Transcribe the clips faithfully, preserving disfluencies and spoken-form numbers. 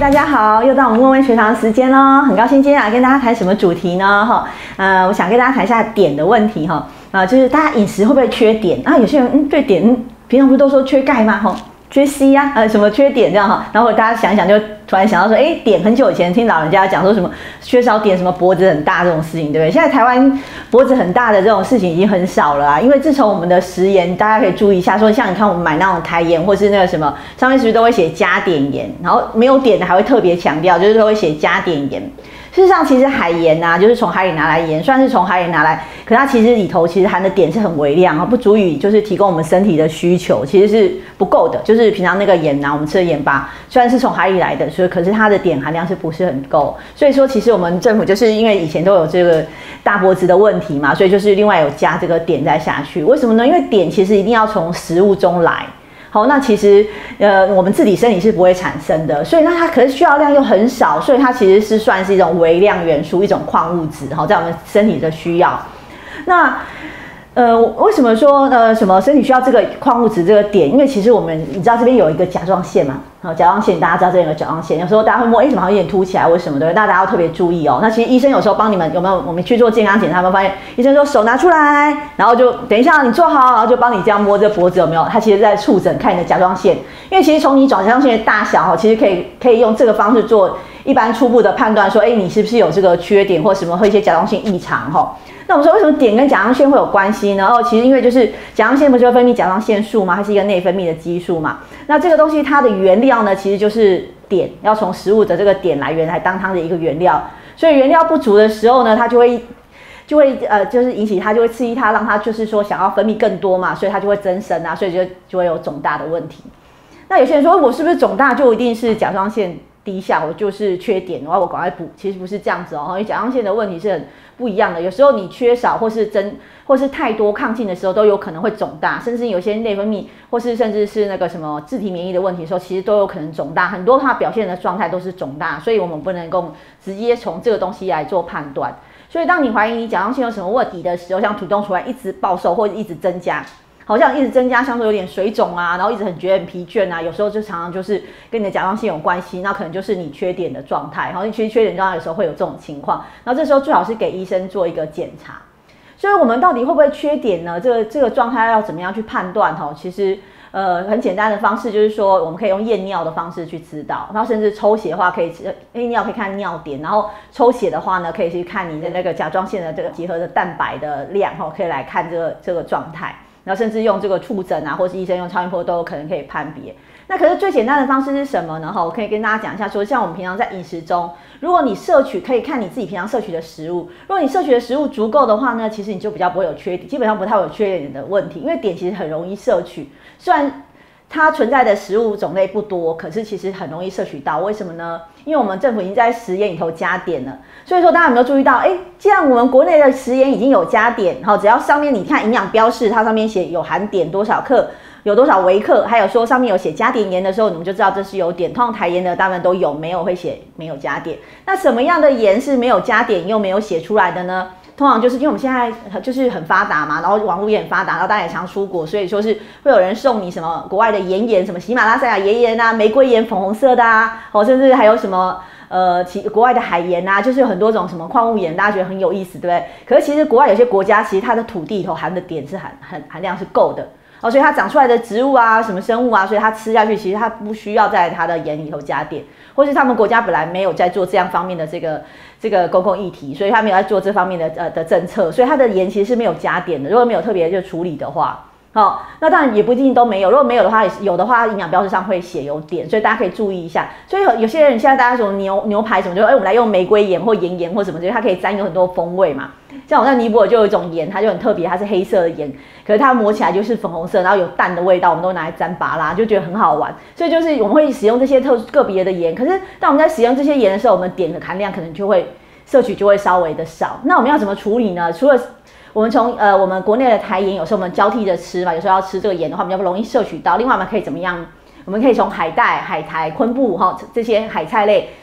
大家好，又到我们问问学堂的时间喽。很高兴今天来跟大家谈什么主题呢？哈，呃，我想跟大家谈一下碘的问题哈。啊、呃，就是大家饮食会不会缺碘啊？有些人嗯对碘，嗯，平常不是都说缺钙吗？哈。缺 C 呀、啊，呃，什么缺碘这样哈，然后大家想一想，就突然想到说，哎，碘很久以前听老人家讲说什么缺少碘，什么脖子很大这种事情，对不对？现在台湾脖子很大的这种事情已经很少了啊，因为自从我们的食盐，大家可以注意一下，说像你看我们买那种台盐或是那个什么，上面是不是都会写加碘盐，然后没有碘的还会特别强调，就是都会写加碘盐。事实上，其实海盐啊，就是从海里拿来盐，虽然是从海里拿来，可它其实里头其实含的碘是很微量啊，不足以就是提供我们身体的需求，其实是不够的。就是平常那个盐啊，我们吃的盐巴虽然是从海里来的，所以可是它的碘含量是不是很够？所以说，其实我们政府就是因为以前都有这个大脖子的问题嘛，所以就是另外有加这个碘再下去。为什么呢？因为碘其实一定要从食物中来。好，那其实呃，我们自己身体是不会产生的，所以那它可是需要量又很少，所以它其实是算是一种微量元素，一种矿物质，好，在我们身体的需要。那呃，为什么说呃什么身体需要这个矿物质这个碘？因为其实我们你知道这边有一个甲状腺嘛，好，甲状腺大家知道这边有个甲状腺，有时候大家会摸，哎，怎么好像有点凸起来，为什么？对不对？那大家要特别注意哦。那其实医生有时候帮你们有没有？我们去做健康检查，有没有发现医生说手拿出来，然后就等一下你坐好，然后就帮你这样摸这脖子有没有？他其实在触诊看你的甲状腺，因为其实从你甲状腺的大小哈，其实可以可以用这个方式做一般初步的判断，说，哎，你是不是有这个缺碘或什么，或一些甲状腺异常哈。那我们说为什么碘跟甲状腺会有关系呢？哦，其实因为就是甲状腺不是会分泌甲状腺素吗？它是一个内分泌的激素嘛。那这个东西它的原料呢，其实就是碘，要从食物的这个碘来源来当它的一个原料。所以原料不足的时候呢，它就会就会呃就是引起它就会刺激它，让它就是说想要分泌更多嘛，所以它就会增生啊，所以就就会有肿大的问题。那有些人说我是不是肿大就一定是甲状腺低下，我就是缺碘，然后我赶快补？其实不是这样子哦，因为甲状腺的问题是很不一样的。有时候你缺少或是增或是太多抗性的时候，都有可能会肿大，甚至有些内分泌或是甚至是那个什么自体免疫的问题的时候，其实都有可能肿大。很多它表现的状态都是肿大，所以我们不能够直接从这个东西来做判断。所以当你怀疑你甲状腺有什么问题的时候，像土动出来一直暴瘦或者一直增加，好像一直增加，像说有点水肿啊，然后一直很觉得很疲倦啊，有时候就常常就是跟你的甲状腺有关系，那可能就是你缺碘的状态。然后其实缺碘状态有时候会有这种情况，然后这时候最好是给医生做一个检查。所以我们到底会不会缺碘呢？这个这个状态要怎么样去判断？哈，其实呃很简单的方式就是说，我们可以用验尿的方式去知道，然后甚至抽血的话可以验尿可以看尿点，然后抽血的话呢，可以去看你的那个甲状腺的这个结合的蛋白的量，哈，可以来看这个这个状态。然后甚至用这个触诊啊，或是医生用超音波都有可能可以判别。那可是最简单的方式是什么呢？哈，我可以跟大家讲一下说，像我们平常在饮食中，如果你摄取可以看你自己平常摄取的食物，如果你摄取的食物足够的话呢，其实你就比较不会有缺碘，基本上不太会有缺碘的问题，因为碘其实很容易摄取，虽然它存在的食物种类不多，可是其实很容易摄取到。为什么呢？因为我们政府已经在食盐里头加碘了，所以说大家有没有注意到？哎，既然我们国内的食盐已经有加碘，好，只要上面你看营养标示，它上面写有含碘多少克，有多少微克，还有说上面有写加碘盐的时候，你们就知道这是有碘。通常台盐的大部分都有，没有会写没有加碘。那什么样的盐是没有加碘又没有写出来的呢？通常就是因为我们现在就是很发达嘛，然后网络也很发达，然后大家也常出国，所以说是会有人送你什么国外的盐盐，什么喜马拉雅盐盐啊、玫瑰盐粉红色的啊，哦，甚至还有什么呃其国外的海盐啊，就是有很多种什么矿物盐，大家觉得很有意思，对不对？可是其实国外有些国家，其实它的土地里头含的碘是含含含量是够的。哦，所以它长出来的植物啊，什么生物啊，所以它吃下去，其实它不需要在它的盐里头加碘，或是他们国家本来没有在做这样方面的这个这个公共议题，所以他没有在做这方面的呃的政策，所以它的盐其实是没有加碘的。如果没有特别就处理的话，好，那当然也不一定都没有。如果没有的话，有的话，营养标识上会写有碘，所以大家可以注意一下。所以有些人现在大家什么牛牛排什么，就哎、欸、我们来用玫瑰盐或盐盐或什么，就是它可以沾有很多风味嘛。像我在尼泊尔就有一种盐，它就很特别，它是黑色的盐，可是它磨起来就是粉红色，然后有蛋的味道，我们都拿来沾拔啦，就觉得很好玩。所以就是我们会使用这些特个别的盐，可是当我们在使用这些盐的时候，我们碘的含量可能就会摄取就会稍微的少。那我们要怎么处理呢？除了我们从呃我们国内的台盐，有时候我们交替着吃嘛，有时候要吃这个盐的话，比较不容易摄取到。另外我们可以怎么样？我们可以从海带、海苔、昆布哈这些海菜类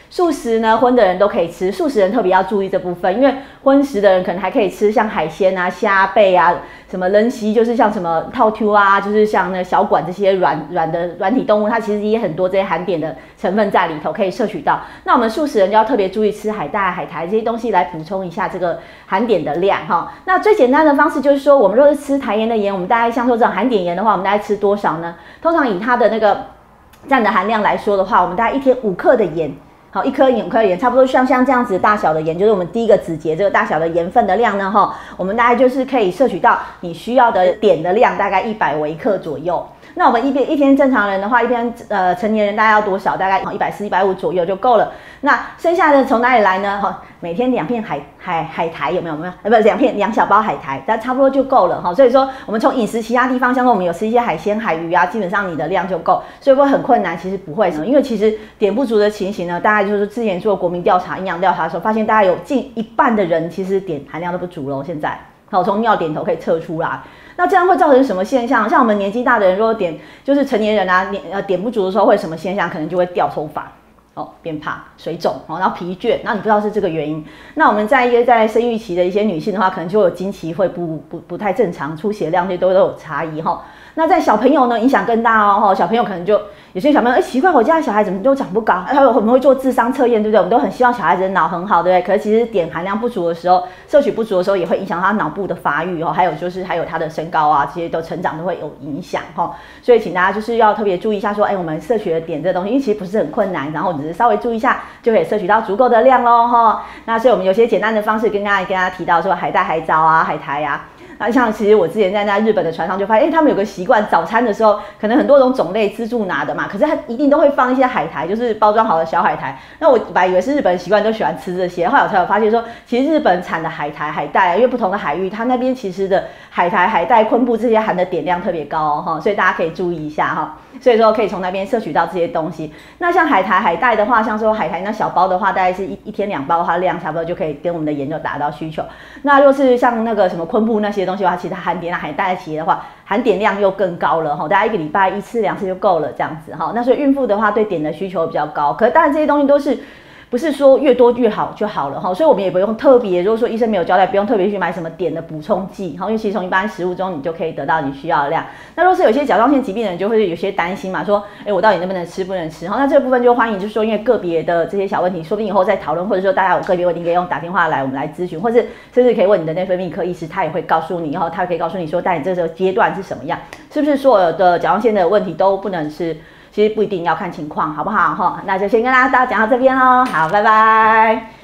素食呢，荤的人都可以吃，素食人特别要注意这部分，因为荤食的人可能还可以吃像海鲜啊、虾贝啊、什么人蜥，就是像什么套 Q 啊，就是像那小管这些软软的软体动物，它其实也很多这些含碘的成分在里头可以摄取到。那我们素食人就要特别注意吃海带、海苔这些东西来补充一下这个含碘的量哈。那最简单的方式就是说，我们如果是吃台盐的盐，我们大概像说这种含碘盐的话，我们大概吃多少呢？通常以它的那个占的含量来说的话，我们大概一天五克的盐。好，一颗盐，五颗盐，差不多像像这样子大小的盐，就是我们第一个指节这个大小的盐分的量呢，哈，我们大概就是可以摄取到你需要的碘的量，大概一百微克左右。那我们一边一天正常人的话，一天呃成年人大概要多少？大概一百四、一百五左右就够了。那剩下的从哪里来呢？哈，每天两片海海海苔有没有？有没有？呃，不，两片两小包海苔，但差不多就够了哈。所以说，我们从饮食其他地方，像说我们有吃一些海鲜、海鱼啊，基本上你的量就够。所以会很困难，其实不会，因为其实碘不足的情形呢，大概就是之前做国民调查、营养调查的时候，发现大概有近一半的人其实碘含量都不足了。现在，好，从尿碘头可以测出来。那这样会造成什么现象？像我们年纪大的人，如果碘就是成年人啊，呃碘不足的时候会什么现象？可能就会掉头发。哦，变胖、水肿，哦，然后疲倦，那你不知道是这个原因。那我们在一些在生育期的一些女性的话，可能就有经期会不不不太正常，出血量这些都都有差异哈。那在小朋友呢，影响更大哦，小朋友可能就有些小朋友，哎，奇怪，我家的小孩怎么都长不高？还有我们会做智商测验，对不对？我们都很希望小孩子的脑很好，对不对？可是其实碘含量不足的时候，摄取不足的时候，也会影响他脑部的发育哦，还有就是还有他的身高啊，这些都成长都会有影响哈。所以请大家就是要特别注意一下，说，哎，我们摄取的碘这个东西，因为其实不是很困难，然后只是稍微注意一下，就可以摄取到足够的量喽哈。那所以我们有些简单的方式跟大家跟大家提到说，海带、海藻啊、海苔啊。那像其实我之前在那日本的船上就发现，哎，他们有个习惯，早餐的时候可能很多种种类自助拿的嘛，可是他一定都会放一些海苔，就是包装好的小海苔。那我本来以为是日本人习惯都喜欢吃这些，后来我才有发现说，其实日本产的海苔、海带，因为不同的海域，它那边其实的海苔、海带、昆布这些含的碘量特别高哦，哈，所以大家可以注意一下哈。所以说可以从那边摄取到这些东西。那像海苔、海带的话，像说海苔那小包的话，大概是一一天两包的话，量差不多就可以跟我们的盐就达到需求。那若是像那个什么昆布那些东西的话，其实它含碘、海带起的话，含碘量又更高了哈，大概一个礼拜一次两次就够了这样子哈。那所以孕妇的话，对碘的需求比较高。可是当然这些东西都是。不是说越多越好就好了哈，所以我们也不用特别，如果说医生没有交代，不用特别去买什么碘的补充剂哈，因为其实从一般食物中你就可以得到你需要的量。那如果是有些甲状腺疾病的人，就会有些担心嘛，说，哎，我到底能不能吃，不能吃哈？那这个部分就欢迎，就是说，因为个别的这些小问题，说不定以后再讨论，或者说大家有个别问题可以用打电话来我们来咨询，或是甚至可以问你的内分泌科医师，他也会告诉你，然后他可以告诉你说，在你这个阶段是什么样，是不是所有的甲状腺的问题都不能吃？其实不一定要看情况，好不好哈？那就先跟大家讲到这边喽，好，拜拜。